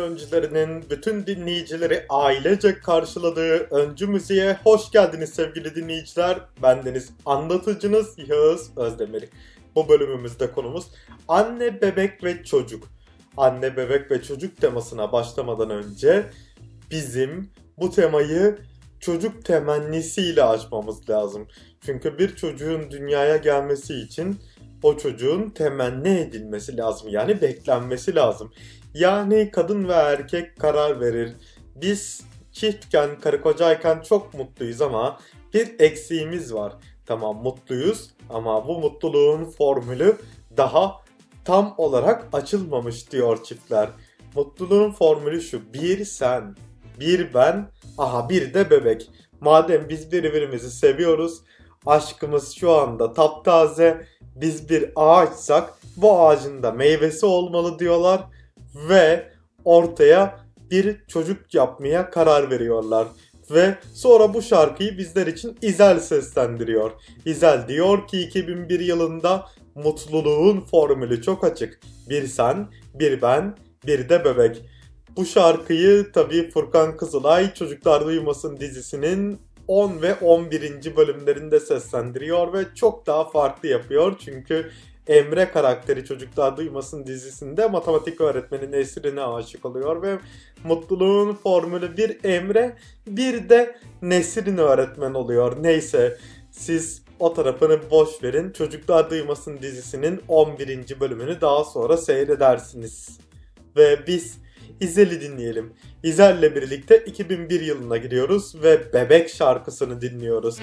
öncülerinin bütün dinleyicileri ailecek karşıladığı Öncü Müziğe hoş geldiniz sevgili dinleyiciler. Bendeniz anlatıcınız Yağız Özdemir. Bu bölümümüzde konumuz anne, bebek ve çocuk. Anne, bebek ve çocuk temasına başlamadan önce bizim bu temayı çocuk temennisiyle açmamız lazım. Çünkü bir çocuğun dünyaya gelmesi için o çocuğun temenni edilmesi lazım. Yani beklenmesi lazım. Yani kadın ve erkek karar verir. Biz çiftken, karı kocayken çok mutluyuz ama bir eksiğimiz var. Tamam mutluyuz ama bu mutluluğun formülü daha tam olarak açılmamış diyor çiftler. Mutluluğun formülü şu: bir sen, bir ben, aha bir de bebek. Madem biz birbirimizi seviyoruz, aşkımız şu anda taptaze, biz bir ağaçsak bu ağacın da meyvesi olmalı diyorlar ve ortaya bir çocuk yapmaya karar veriyorlar. Ve sonra bu şarkıyı bizler için İzel seslendiriyor. İzel diyor ki 2001 yılında mutluluğun formülü çok açık. Bir sen, bir ben, bir de bebek. Bu şarkıyı tabii Furkan Kızılay Çocuklar Duymasın dizisinin 10 ve 11. bölümlerinde seslendiriyor ve çok daha farklı yapıyor. Çünkü Emre karakteri Çocuklar Duymasın dizisinde matematik öğretmeni Nesrin'e aşık oluyor ve mutluluğun formülü bir Emre, bir de Nesrin öğretmen oluyor. Neyse, siz o tarafını boş verin. Çocuklar Duymasın dizisinin 11. bölümünü daha sonra seyredersiniz. Ve biz İzel'i dinleyelim. İzel'le birlikte 2001 yılına gidiyoruz ve Bebek şarkısını dinliyoruz.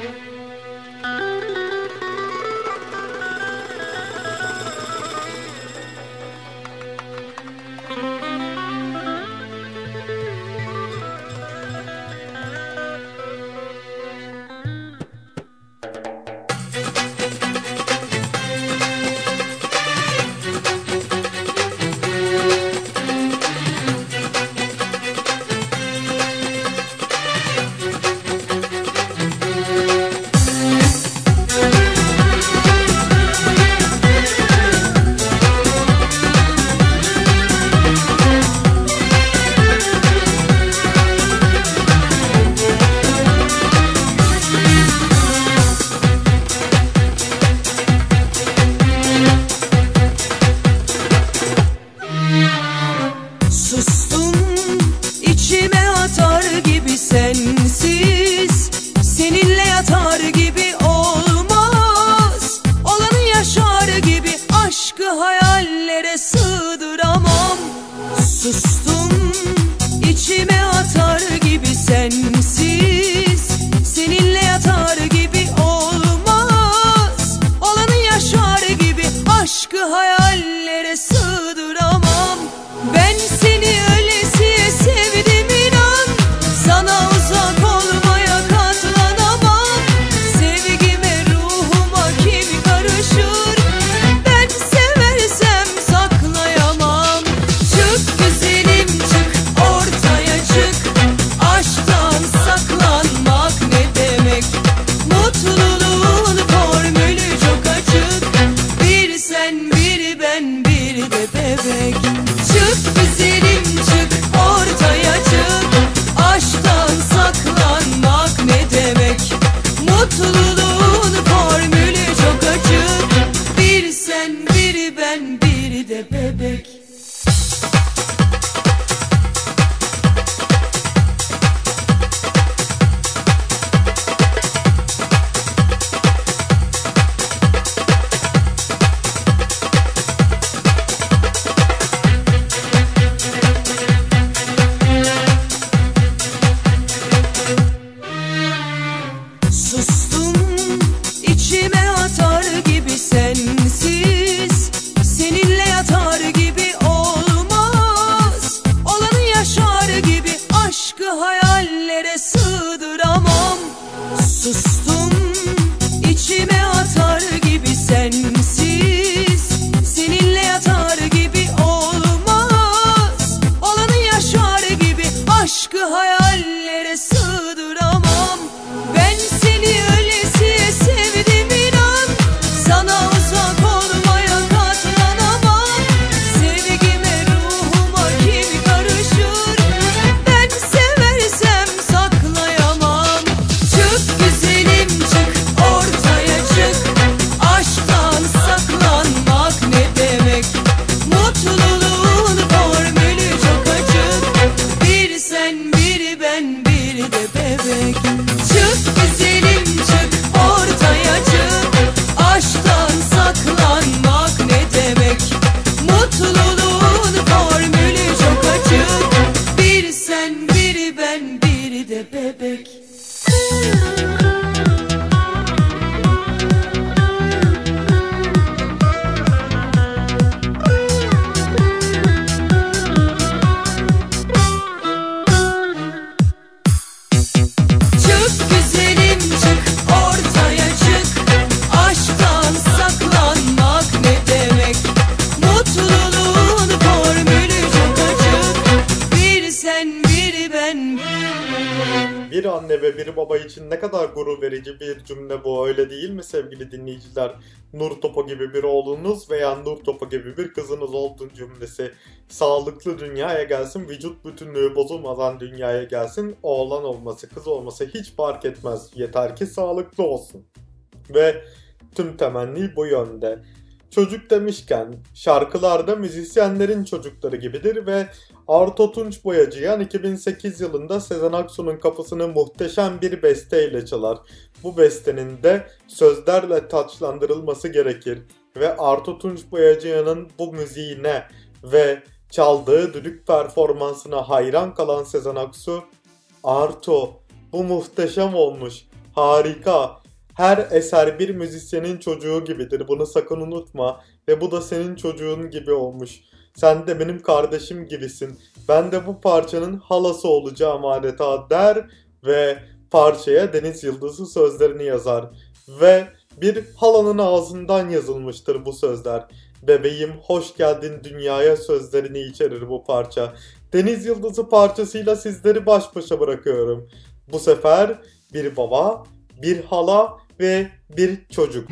anne ve bir baba için ne kadar gurur verici bir cümle bu, öyle değil mi sevgili dinleyiciler? Nur topu gibi bir oğlunuz veya nur topu gibi bir kızınız olduğun cümlesi. Sağlıklı dünyaya gelsin, vücut bütünlüğü bozulmadan dünyaya gelsin. Oğlan olması, kız olması hiç fark etmez. Yeter ki sağlıklı olsun. Ve tüm temenni bu yönde. Çocuk demişken şarkılarda müzisyenlerin çocukları gibidir ve Arto Tunç Boyacıyan 2008 yılında Sezen Aksu'nun kapısını muhteşem bir besteyle çalar. Bu bestenin de sözlerle taçlandırılması gerekir ve Arto Tunç Boyacıyan'ın bu müziğine ve çaldığı düdük performansına hayran kalan Sezen Aksu, "Arto, bu muhteşem olmuş, harika. Her eser bir müzisyenin çocuğu gibidir. Bunu sakın unutma. Ve bu da senin çocuğun gibi olmuş. Sen de benim kardeşim gibisin. Ben de bu parçanın halası olacağım adeta" der ve parçaya Deniz Yıldızı sözlerini yazar. Ve bir halanın ağzından yazılmıştır bu sözler. "Bebeğim hoş geldin dünyaya" sözlerini içerir bu parça. Deniz Yıldızı parçasıyla sizleri baş başa bırakıyorum. Bu sefer bir baba, bir hala ve bir çocuk.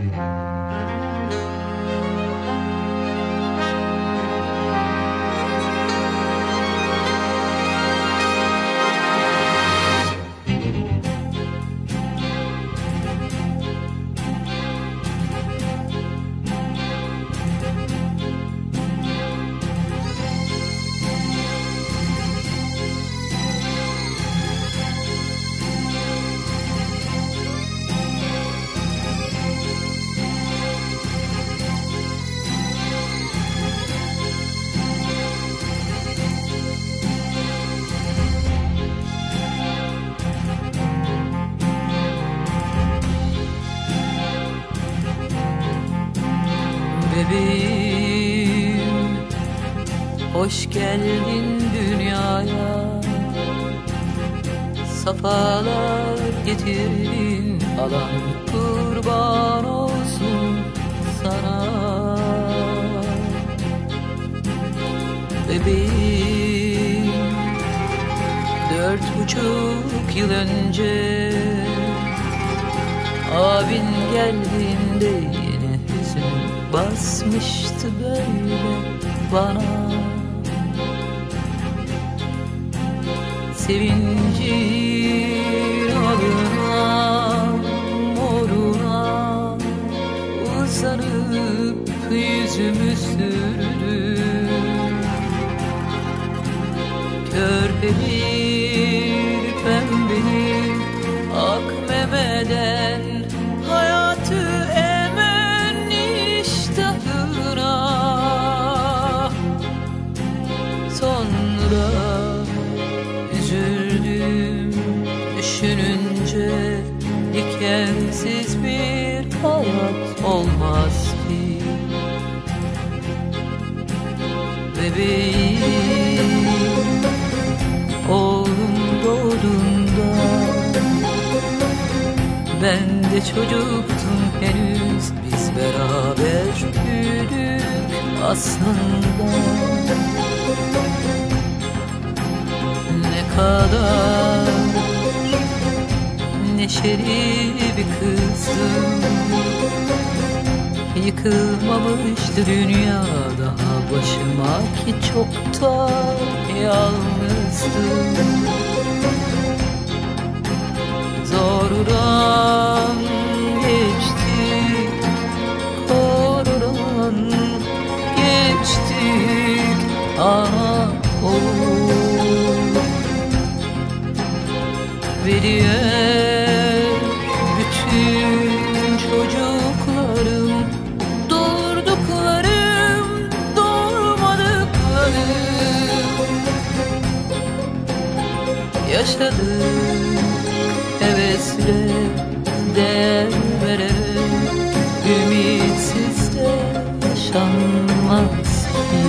Bebeğim, hoş geldin dünyaya. Safalar getirdin, alan kurban olsun sana. Bebeğim, 4,5 yıl önce abin geldiğinde basmıştı böyle bana. Sevincin adına moruna uzanıp yüzümü sürdüm. Körpe bir pembenin ak memeden hayatı sonra üzüldüm düşününce, dikensiz bir hayat olmaz ki. Bebeğim, oğlum doğduğunda ben de çocuktum henüz, biz beraber büyüdük aslında. Ne kadar neşeli bir kızdım, yıkılmamıştı dünya daha başıma ki çoktan yalnızdım. Zordan geçtik, korudan geçtik, ana oğul. Ve diğer bütün çocuklarım, doğurduklarım, doğurmadıklarım, yaşadık hevesle, değer vererek, ümitsiz de yaşanmaz ki.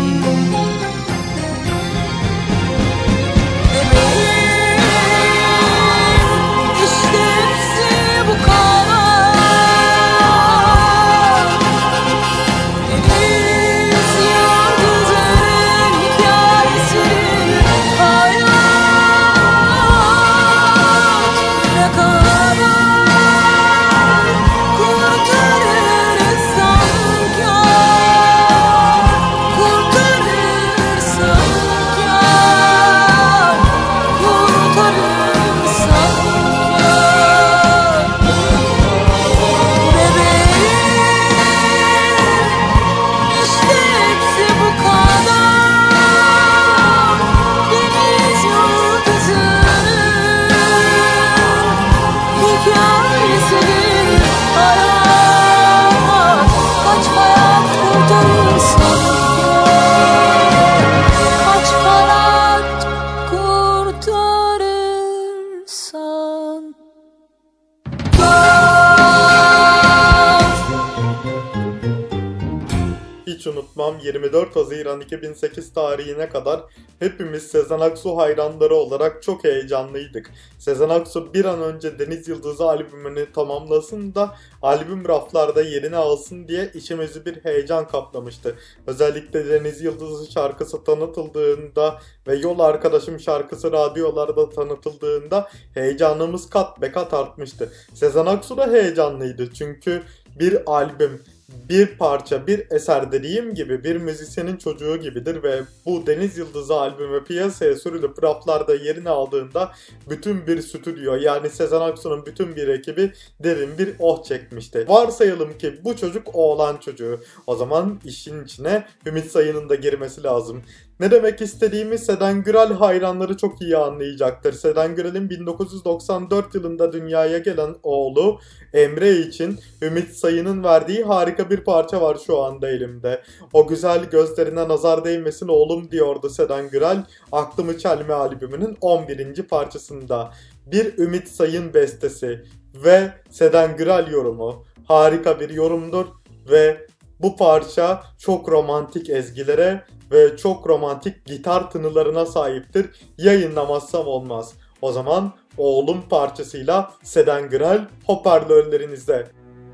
unutmam, 24 Haziran 2008 tarihine kadar hepimiz Sezen Aksu hayranları olarak çok heyecanlıydık. Sezen Aksu bir an önce Deniz Yıldızı albümünü tamamlasın da albüm raflarda yerini alsın diye içimizi bir heyecan kaplamıştı. Özellikle Deniz Yıldızı şarkısı tanıtıldığında ve Yol Arkadaşım şarkısı radyolarda tanıtıldığında heyecanımız kat be kat artmıştı. Sezen Aksu da heyecanlıydı çünkü bir albüm, bir parça, bir eser dediğim gibi bir müzisyenin çocuğu gibidir ve bu Deniz Yıldızı albümü piyasaya sürülüp raflarda yerini aldığında bütün bir stüdyo, yani Sezen Aksu'nun bütün bir ekibi derin bir oh çekmişti. Varsayalım ki bu çocuk oğlan çocuğu. O zaman işin içine Ümit Sayın'ın da girmesi lazım. Ne demek istediğimi Seden Gürel hayranları çok iyi anlayacaktır. Seden Gürel'in 1994 yılında dünyaya gelen oğlu Emre için Ümit Sayın'ın verdiği harika bir parça var şu anda elimde. O güzel gözlerine nazar değmesin oğlum diyordu Seden Gürel, Aklımı Çelme albümünün 11. parçasında. Bir Ümit Sayın bestesi ve Seden Gürel yorumu harika bir yorumdur ve bu parça çok romantik ezgilere ve çok romantik gitar tınılarına sahiptir. Yayınlamazsam olmaz. O zaman Oğlum parçasıyla Seden Gürel hoparlörlerinizde.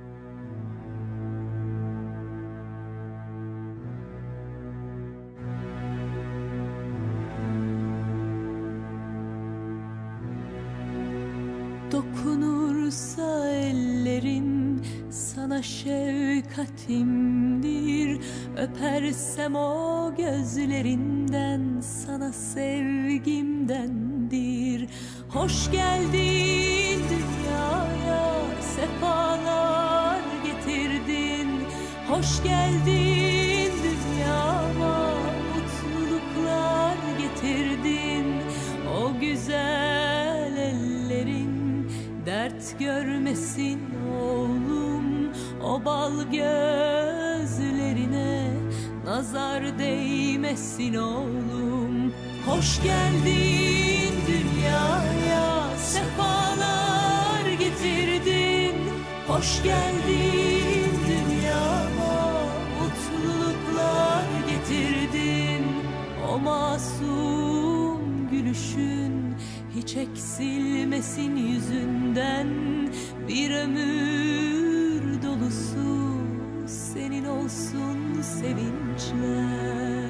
Dokunursa ellerin sana şefkatimdir. Öpersem o gözlerinden sana sevgimdendir. Hoş geldin dünyaya, sefalar getirdin. Hoş geldin dünyama, mutluluklar getirdin. O güzel ellerin dert görmesin oğlum, o bal gözlerine nazar değmesin oğlum. Hoş geldin dünyaya, sefalar getirdin. Hoş geldin dünyama, mutluluklar getirdin. O masum gülüşün hiç eksilmesin yüzünden. Bir ömür dolusu senin olsun sevinçler.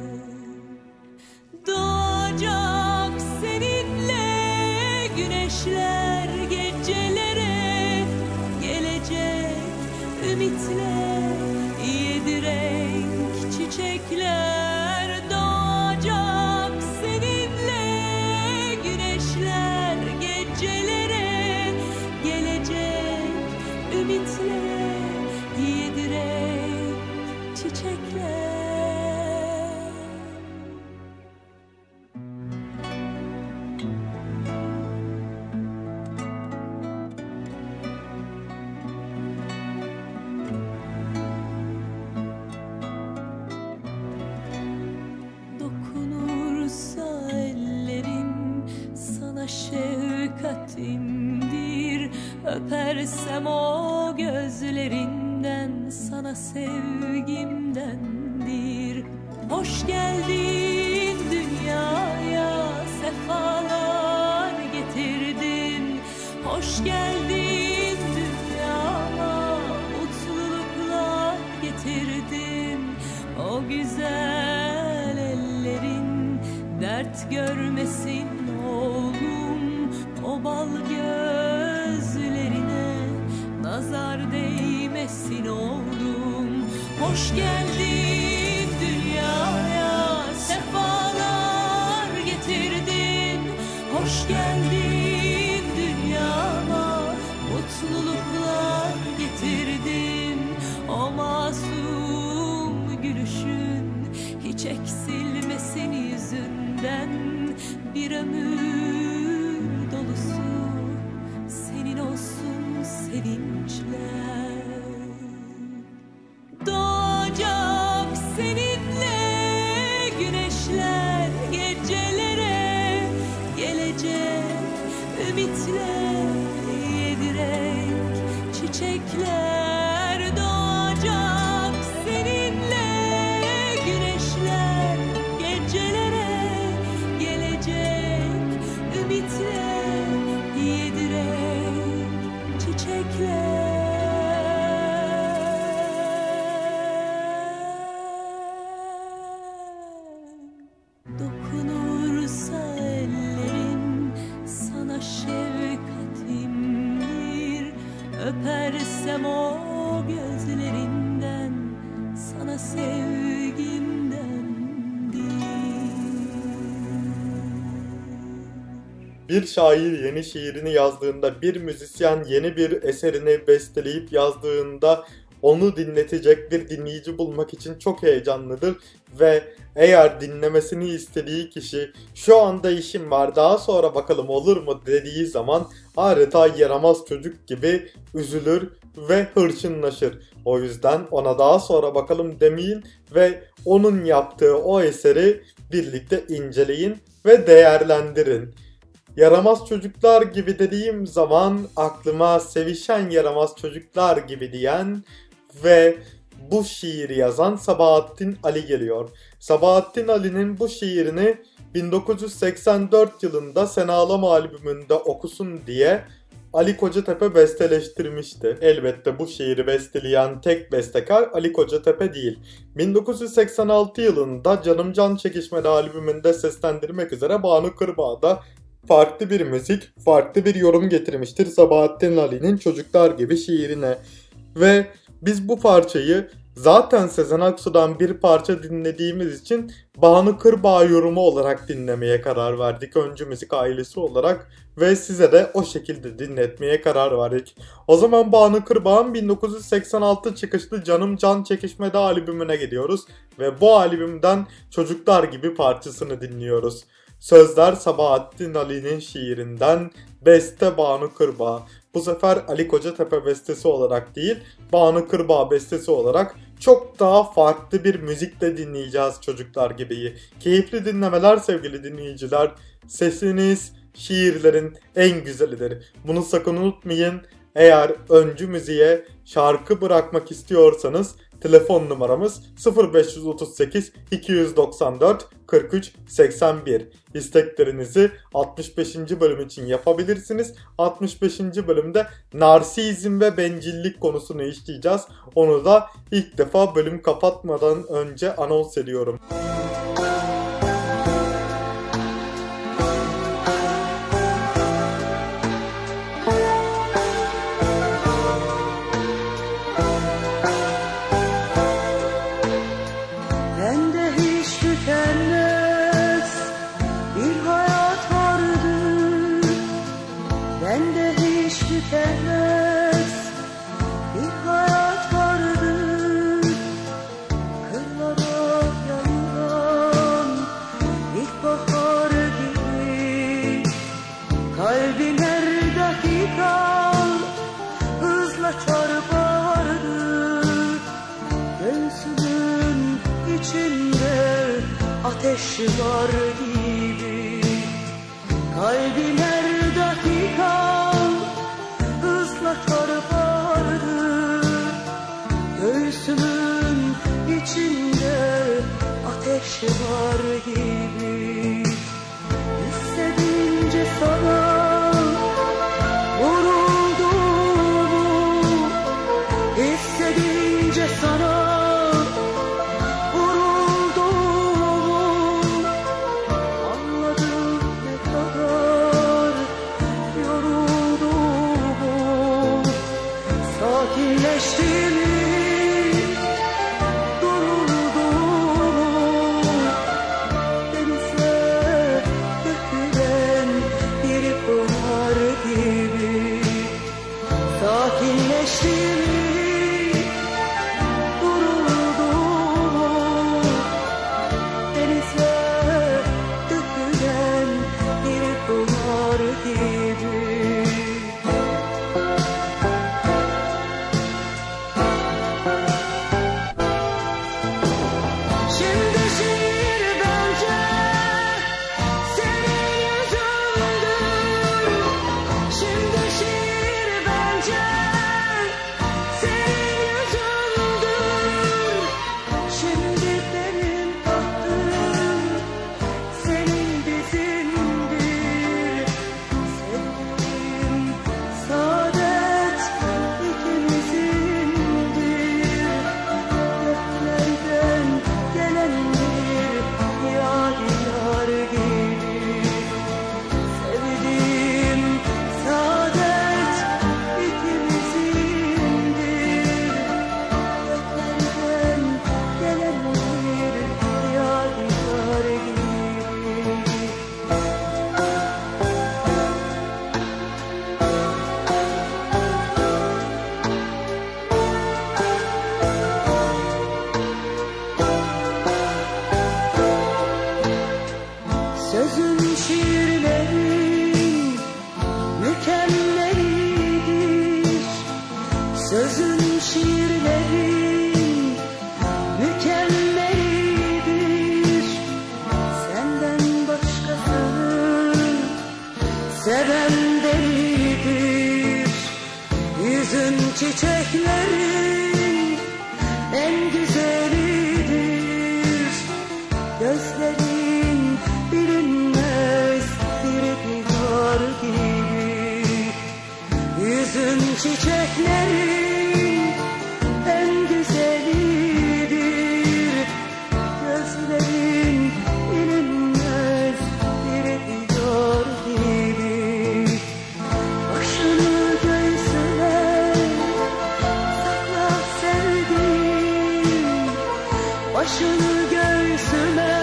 Doğacak seninle güneşler, gecelere gelecek ümitle yedi renk çiçekler. Doğacak seninle güneşler, gecelere gelecek ümitle yedi renk çiçekler. Dokunursa ellerim sana şefkatimdir. Öpersem o gözlerinden sana sevgimdendir. Hoş geldin dünyaya, sefalar getirdin. Hoş geldin dünyama, mutluluklar getirdin. O güzel ellerin dert görmesin oğlum, o bal gözlerine nazar değmesin oğlum. Hoş geldin dünyaya, sefalar getirdin. Hoş geldin dünyama, mutluluklar getirdin. O masum gülüşün hiç eksilmesin yüzünden. Bir ömür dolusu senin olsun sevinçler. Doğacak seninle güneşler, gecelere gelecek Görsem o gözlerinden sana sevgimden Bir şair yeni şiirini yazdığında, bir müzisyen yeni bir eserini besteleyip yazdığında onu dinletecek bir dinleyici bulmak için çok heyecanlıdır ve eğer dinlemesini istediği kişi şu anda işim var daha sonra bakalım olur mu dediği zaman adeta yaramaz çocuk gibi üzülür ve hırçınlaşır. O yüzden ona daha sonra bakalım demeyin ve onun yaptığı o eseri birlikte inceleyin ve değerlendirin. Yaramaz çocuklar gibi dediğim zaman aklıma sevişen yaramaz çocuklar gibi diyen ve bu şiiri yazan Sabahattin Ali geliyor. Sabahattin Ali'nin bu şiirini 1984 yılında Sen Ağlama albümünde okusun diye Ali Kocatepe besteleştirmişti. Elbette bu şiiri besteleyen tek bestekar Ali Kocatepe değil. 1986 yılında Canım Can Çekişmeli albümünde seslendirmek üzere Banu Kırbağ da farklı bir müzik, farklı bir yorum getirmiştir Sabahattin Ali'nin Çocuklar Gibi şiirine. Ve biz bu parçayı zaten Sezen Aksu'dan bir parça dinlediğimiz için Banu Kırbağ yorumu olarak dinlemeye karar verdik. Öncü Müzik ailesi olarak ve size de o şekilde dinletmeye karar verdik. O zaman Banu Kırbağ'ın 1986 çıkışlı Canım Can Çekişmede albümüne gidiyoruz ve bu albümden Çocuklar Gibi parçasını dinliyoruz. Sözler Sabahattin Ali'nin şiirinden, beste Banu Kırbağ. Bu sefer Ali Kocatepe bestesi olarak değil, Banu Kırbağ bestesi olarak çok daha farklı bir müzikle dinleyeceğiz Çocuklar Gibi'yi. Keyifli dinlemeler sevgili dinleyiciler. Sesiniz şiirlerin en güzelidir. Bunu sakın unutmayın. Eğer öncü müziğe şarkı bırakmak istiyorsanız telefon numaramız 0538 294 43 81. İsteklerinizi 65. bölüm için yapabilirsiniz. 65. bölümde narsizm ve bencillik konusunu işleyeceğiz. Onu da ilk defa bölüm kapatmadan önce anons ediyorum. Ateş var gibi kalbim her dakika hızla çarpardı. Göğsümün içinde ateş var gibi hissedince sana vuruldum, hissedince sana şiirlerin mükemmelidir. Senden başkasını seven delidir. Yüzün çiçeklerin en güzelidir. Gözlerin bilinmez bir diyar gibi. Yüzün çiçeklerin en güzelidir. Gözlerin bilinmez bir diyar gibi. Başını göğsüne sakla sevdim. Başını göğsüme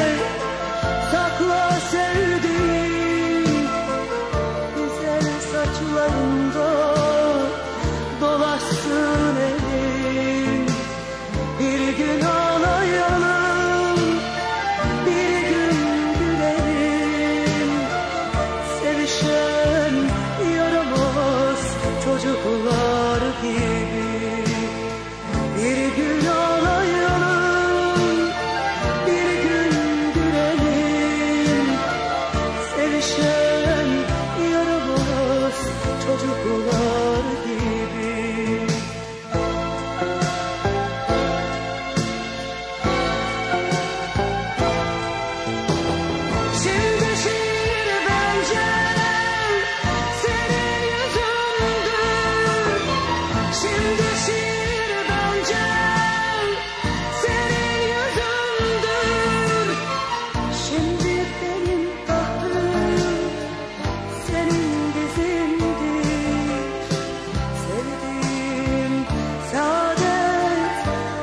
sakla sevdim. Güzel saçlarında dolaşsın elim. Bir gün ağlayalım, bir gün gülelim. Sevişen yaramaz çocuklar gibi. Bir gün ağlayalım, bir gün gülelim. Sevişen yaramaz çocuklar gibi. Şimdi şiir bence senin yüzündür. Şimdi şiir bence senin yüzündür. Şimdi benim tahtım senin dizindir. Sevdiğim saadet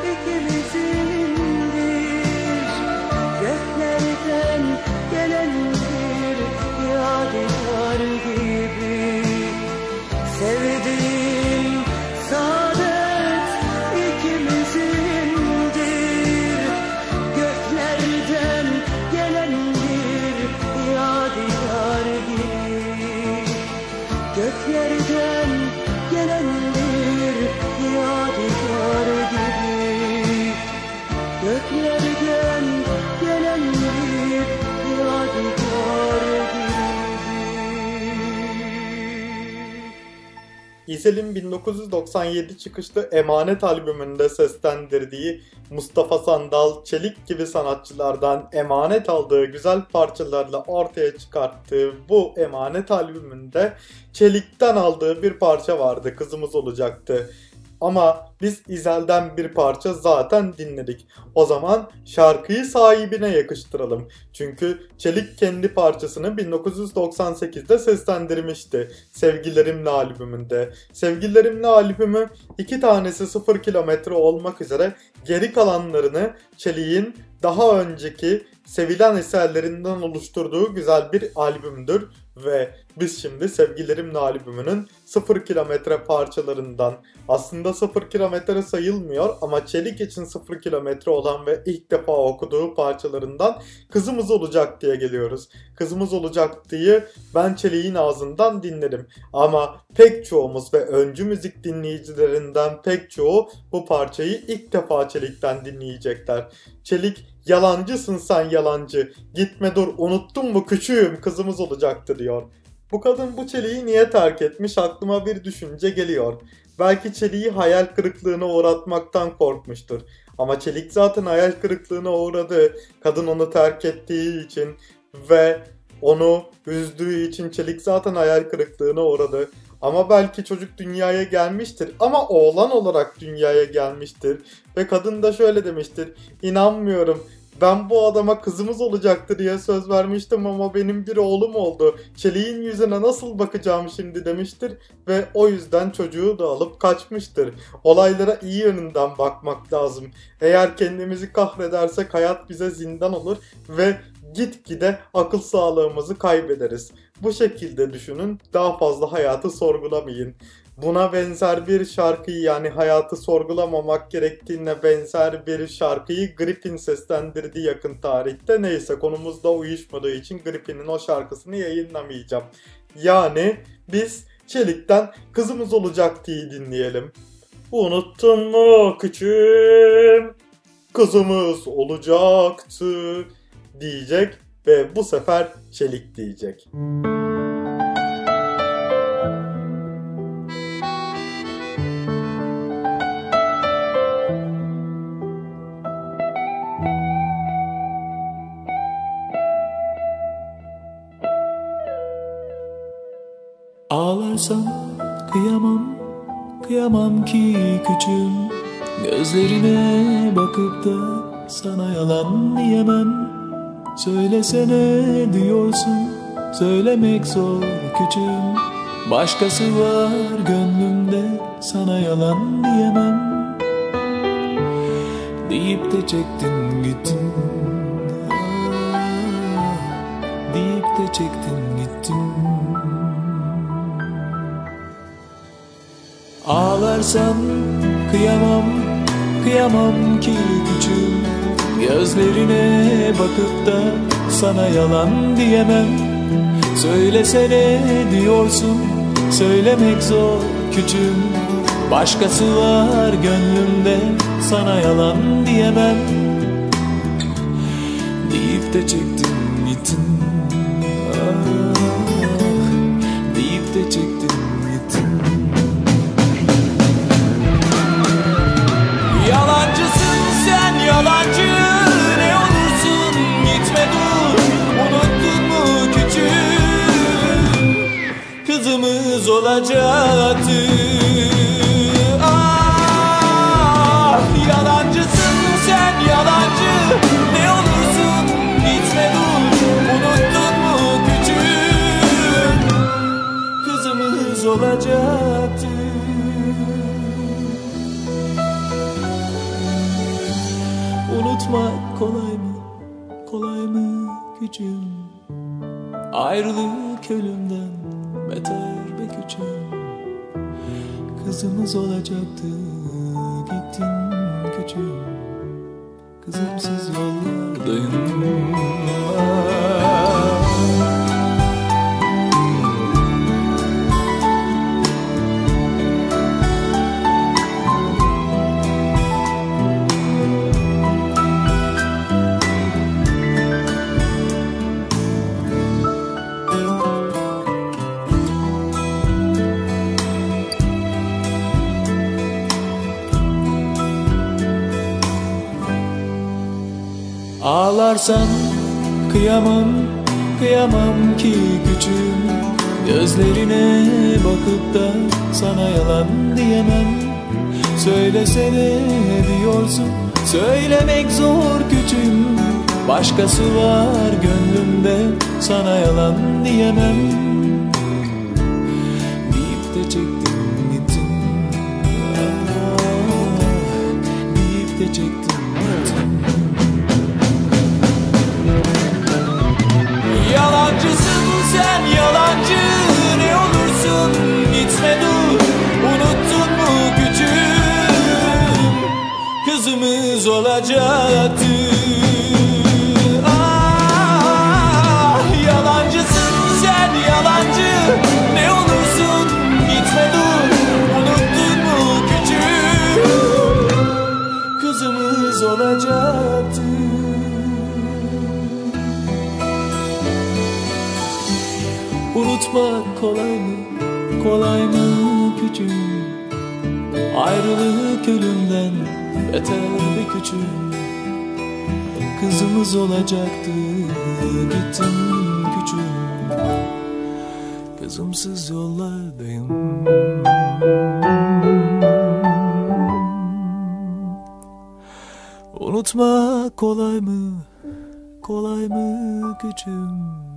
ikimizindir. Göklerden gelen bir yadigar gibi. Sevdiğim saadet ikimizindir. Göklerden gelen bir yadigar gibi. Göklerden gelen bir yadigar gibi. Göklerden gelen bir yadigar gibi. İzel'in 1997 çıkışlı Emanet albümünde seslendirdiği Mustafa Sandal, Çelik gibi sanatçılardan emanet aldığı güzel parçalarla ortaya çıkarttığı bu Emanet albümünde Çelik'ten aldığı bir parça vardı, Kızımız Olacaktı. Ama biz İzel'den bir parça zaten dinledik. O zaman şarkıyı sahibine yakıştıralım. Çünkü Çelik kendi parçasını 1998'de seslendirmişti. Sevgilerimle albümünde. Sevgilerimle albümü 2 tanesi 0 kilometre olmak üzere geri kalanlarını Çelik'in daha önceki sevilen eserlerinden oluşturduğu güzel bir albümdür. Ve biz şimdi Sevgilerimle albümünün 0 kilometre parçalarından, aslında 0 kilometre sayılmıyor ama Çelik için 0 kilometre olan ve ilk defa okuduğu parçalarından Kızımız Olacak diye geliyoruz. Kızımız Olacak diye ben Çelik'in ağzından dinlerim. Ama pek çoğumuz ve öncü müzik dinleyicilerinden pek çoğu bu parçayı ilk defa Çelik'ten dinleyecekler. Çelik, yalancısın sen yalancı, gitme dur unuttun mu küçüğüm kızımız olacaktı diyor. Bu kadın bu Çelik'i niye terk etmiş, aklıma bir düşünce geliyor. Belki Çelik'i hayal kırıklığına uğratmaktan korkmuştur. Ama Çelik zaten hayal kırıklığına uğradı. Kadın onu terk ettiği için ve onu üzdüğü için Çelik zaten hayal kırıklığına uğradı. Ama belki çocuk dünyaya gelmiştir. Ama oğlan olarak dünyaya gelmiştir. Ve kadın da şöyle demiştir. İnanmıyorum. Ben bu adama kızımız olacaktı diye söz vermiştim ama benim bir oğlum oldu. Çelik'in yüzüne nasıl bakacağım şimdi demiştir. Ve o yüzden çocuğu da alıp kaçmıştır. Olaylara iyi yönünden bakmak lazım. Eğer kendimizi kahredersek hayat bize zindan olur. Ve gitgide akıl sağlığımızı kaybederiz. Bu şekilde düşünün, daha fazla hayatı sorgulamayın. Buna benzer bir şarkıyı, yani hayatı sorgulamamak gerektiğine benzer bir şarkıyı Gripin seslendirdi yakın tarihte. Neyse, konumuzda uyuşmadığı için Gripin'in o şarkısını yayınlamayacağım. Yani biz Çelik'ten Kızımız Olacak diye dinleyelim. Unuttun mu küçüğüm? Kızımız olacaktı diyecek ve bu sefer Çelik diyecek. Ağlarsam kıyamam, kıyamam ki küçüğüm. Gözlerine bakıp da sana yalan diyemem. Söylesene diyorsun, söylemek zor küçüğüm. Başkası var gönlümde, sana yalan diyemem. Deyip de çektin gittin, deyip de çektin gittin. Ağlarsam kıyamam, kıyamam ki küçüğüm. Gözlerine bakıp da sana yalan diyemem. Söylesene diyorsun, söylemek zor küçüğüm. Başkası var gönlümde, sana yalan diyemem. Deyip de çektin gittin, deyip de çektin gittin. Yalancısın sen yalancı, ne olursun gitme dur. Unuttun mu küçüğüm, kızımız olacaktı. Ah, yalancısın sen yalancı, ne olursun gitme dur. Unuttun mu küçüğüm, kızımız olacaktı. Unutmak kolay mı, kolay mı küçüğüm? Ayrılık ölümden beter be küçüğüm. Kızımız olacaktı, gittin küçüğüm. Kızımsız yollardayım. Ağlarsan kıyamam, kıyamam ki küçüğüm. Gözlerine bakıp da sana yalan diyemem. Söylesene diyorsun, söylemek zor küçüğüm. Başkası var gönlümde, sana yalan diyemem. Deyip de çektin gittin, deyip de çektin gittin. Yalancısın sen yalancı, ne olursun gitme dur. Unuttun mu küçüğüm, kızımız olacaktı. Ah, yalancısın sen yalancı, ne olursun gitme dur. Unuttun mu küçüğüm, kızımız olacaktı. Unutmak kolay mı, kolay mı küçüğüm? Ayrılık ölümden beter be küçüğüm. Kızımız olacaktı, gittin küçüğüm. Kızımsız yollardayım. Unutmak kolay mı, kolay mı küçüğüm?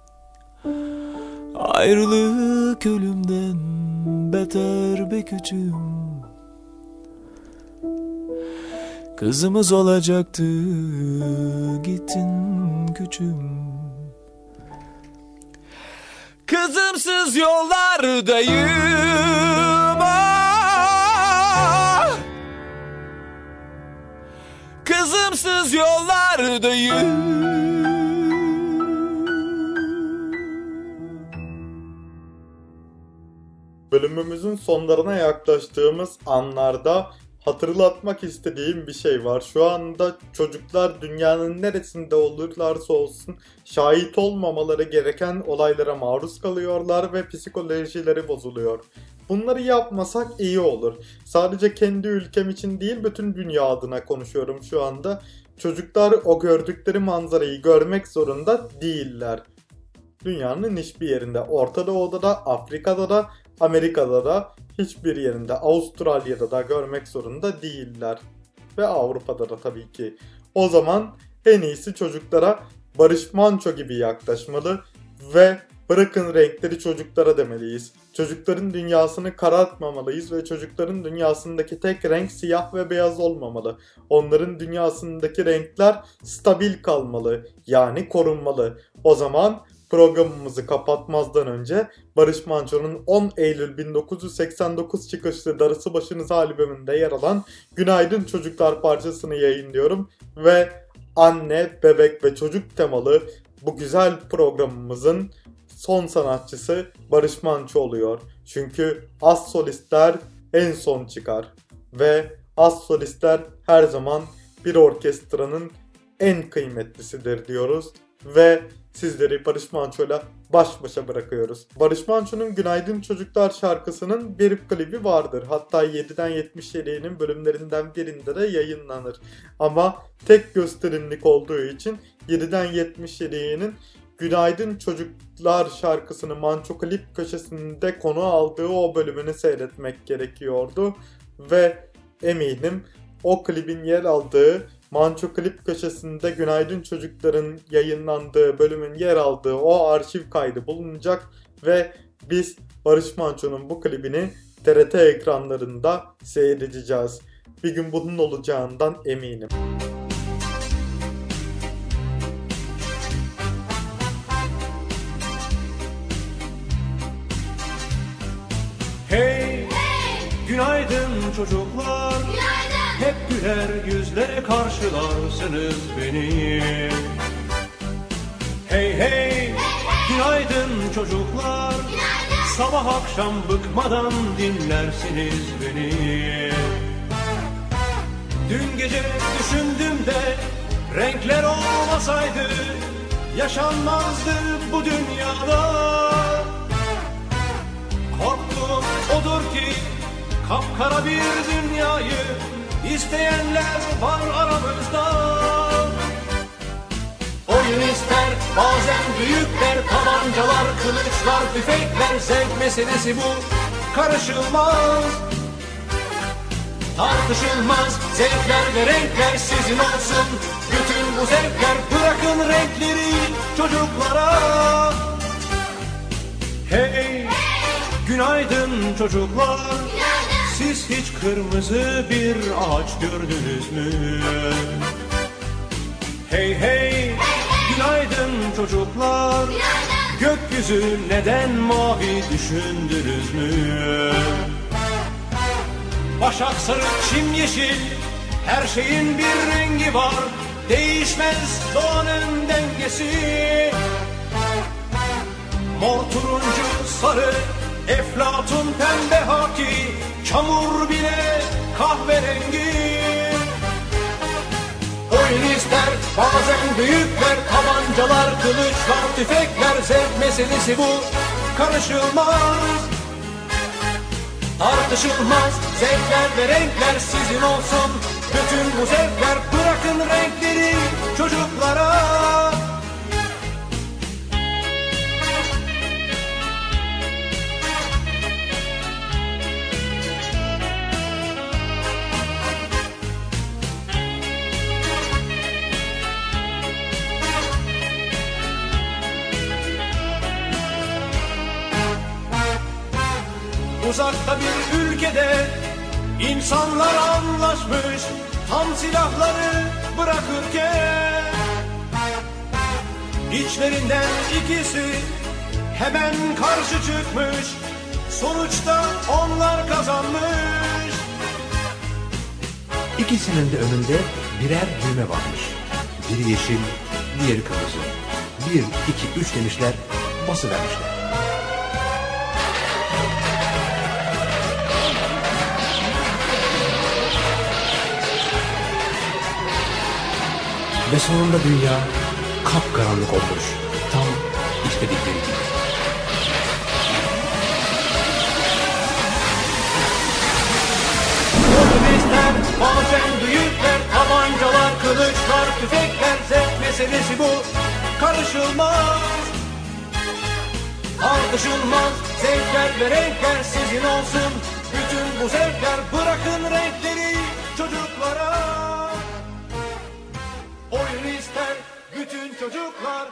Ayrılık ölümden beter be küçüğüm. Kızımız olacaktı, gittin küçüğüm. Kızımsız yollardayım, ah! Kızımsız yollardayım. bölümümüzün sonlarına yaklaştığımız anlarda hatırlatmak istediğim bir şey var. Şu anda çocuklar dünyanın neresinde olurlarsa olsun şahit olmamaları gereken olaylara maruz kalıyorlar ve psikolojileri bozuluyor. Bunları yapmasak iyi olur. Sadece kendi ülkem için değil, bütün dünya adına konuşuyorum şu anda. Çocuklar o gördükleri manzarayı görmek zorunda değiller. Dünyanın hiçbir yerinde, Orta Doğu'da da, Afrika'da da, Amerika'da da, hiçbir yerinde, Avustralya'da da görmek zorunda değiller. Ve Avrupa'da da tabii ki. O zaman en iyisi çocuklara Barış Manço gibi yaklaşmalı ve bırakın renkleri çocuklara demeliyiz. Çocukların dünyasını karartmamalıyız ve çocukların dünyasındaki tek renk siyah ve beyaz olmamalı. Onların dünyasındaki renkler stabil kalmalı, yani korunmalı. O zaman programımızı kapatmazdan önce Barış Manço'nun 10 Eylül 1989 çıkışlı Darısı Başınıza albümünde yer alan Günaydın Çocuklar parçasını yayınlıyorum ve anne, bebek ve çocuk temalı bu güzel programımızın son sanatçısı Barış Manço oluyor. Çünkü az solistler en son çıkar ve az solistler her zaman bir orkestranın en kıymetlisidir diyoruz ve sizleri Barış Manço'yla baş başa bırakıyoruz. Barış Manço'nun Günaydın Çocuklar şarkısının bir klibi vardır. Hatta 7'den 77'nin bölümlerinden birinde de yayınlanır. Ama tek gösterimlik olduğu için 7'den 77'nin Günaydın Çocuklar şarkısını Manço klip köşesinde konu aldığı o bölümünü seyretmek gerekiyordu. Ve eminim o klibin yer aldığı Manço klip köşesinde Günaydın Çocuklar'ın yayınlandığı bölümün yer aldığı o arşiv kaydı bulunacak ve biz Barış Manço'nun bu klibini TRT ekranlarında seyredeceğiz. Bir gün bunun olacağından eminim. Hey, günaydın çocuklar. Hep güler yüzle karşılarsınız beni. Hey hey, günaydın çocuklar. Sabah akşam bıkmadan dinlersiniz beni. Dün gece düşündüm de renkler olmasaydı yaşanmazdı bu dünyada. Korktuğum odur ki kapkara bir dünyayı İsteyenler var aramızda. Oyun ister bazen büyükler, tabancalar, kılıçlar, tüfekler. Zevk meselesi bu, karışılmaz, tartışılmaz. Zevkler ve renkler sizin olsun, bütün bu zevkler. Bırakın renkleri çocuklara. Hey, günaydın çocuklar. Siz hiç kırmızı bir ağaç gördünüz mü? Hey hey, günaydın çocuklar. Gökyüzü neden mavi düşündünüz mü? Başak sarı, çim yeşil, her şeyin bir rengi var. Değişmez doğanın dengesi. Mor, turuncu, sarı, eflatun, pembe, haki, çamur bile kahverengi. Oyun ister bazen büyükler, tabancalar, kılıçlar, tüfekler. Zevk meselesi bu, karışılmaz, tartışılmaz. Zevkler ve renkler sizin olsun, bütün bu zevkler. Bırakın renkleri çocuklara. Uzakta bir ülkede insanlar anlaşmış, tam silahları bırakırken İçlerinden ikisi hemen karşı çıkmış, sonuçta onlar kazanmış. İkisinin de önünde birer düğme varmış. Biri yeşil, diğeri kırmızı. 1, 2, 3 demişler, basıvermişler. Ve sonunda dünya kapkaranlık olmuş. Tam istedikleri gibi. Otobüsler, bazen büyükler, tabancalar, kılıçlar, tüfekler, zevk meselesi bu. Karışılmaz, tartışılmaz, zevkler ve renkler sizin olsun. Bütün bu zevkler, bırakın renkleri çocuklara. Oyun ister bütün çocuklar.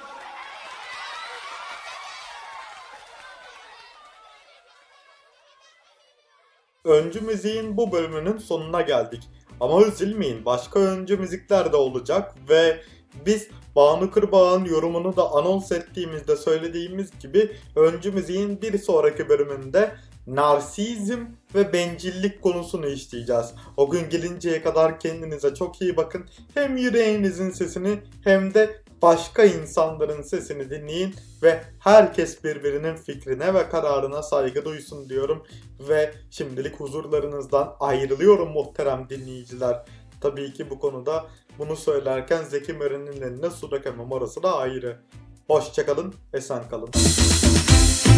Öncü müziğin bu bölümünün sonuna geldik. Ama üzülmeyin, başka öncü müzikler de olacak ve biz Banu Kırbağ'ın yorumunu da anons ettiğimizde söylediğimiz gibi öncü müziğin bir sonraki bölümünde narsizm ve bencillik konusunu işleyeceğiz. O gün gelinceye kadar kendinize çok iyi bakın. Hem yüreğinizin sesini hem de başka insanların sesini dinleyin ve herkes birbirinin fikrine ve kararına saygı duysun diyorum. Ve şimdilik huzurlarınızdan ayrılıyorum muhterem dinleyiciler. Tabii ki bu konuda bunu söylerken Zeki Müren'in eline su dökemem, orası da ayrı. Hoşçakalın, esen kalın.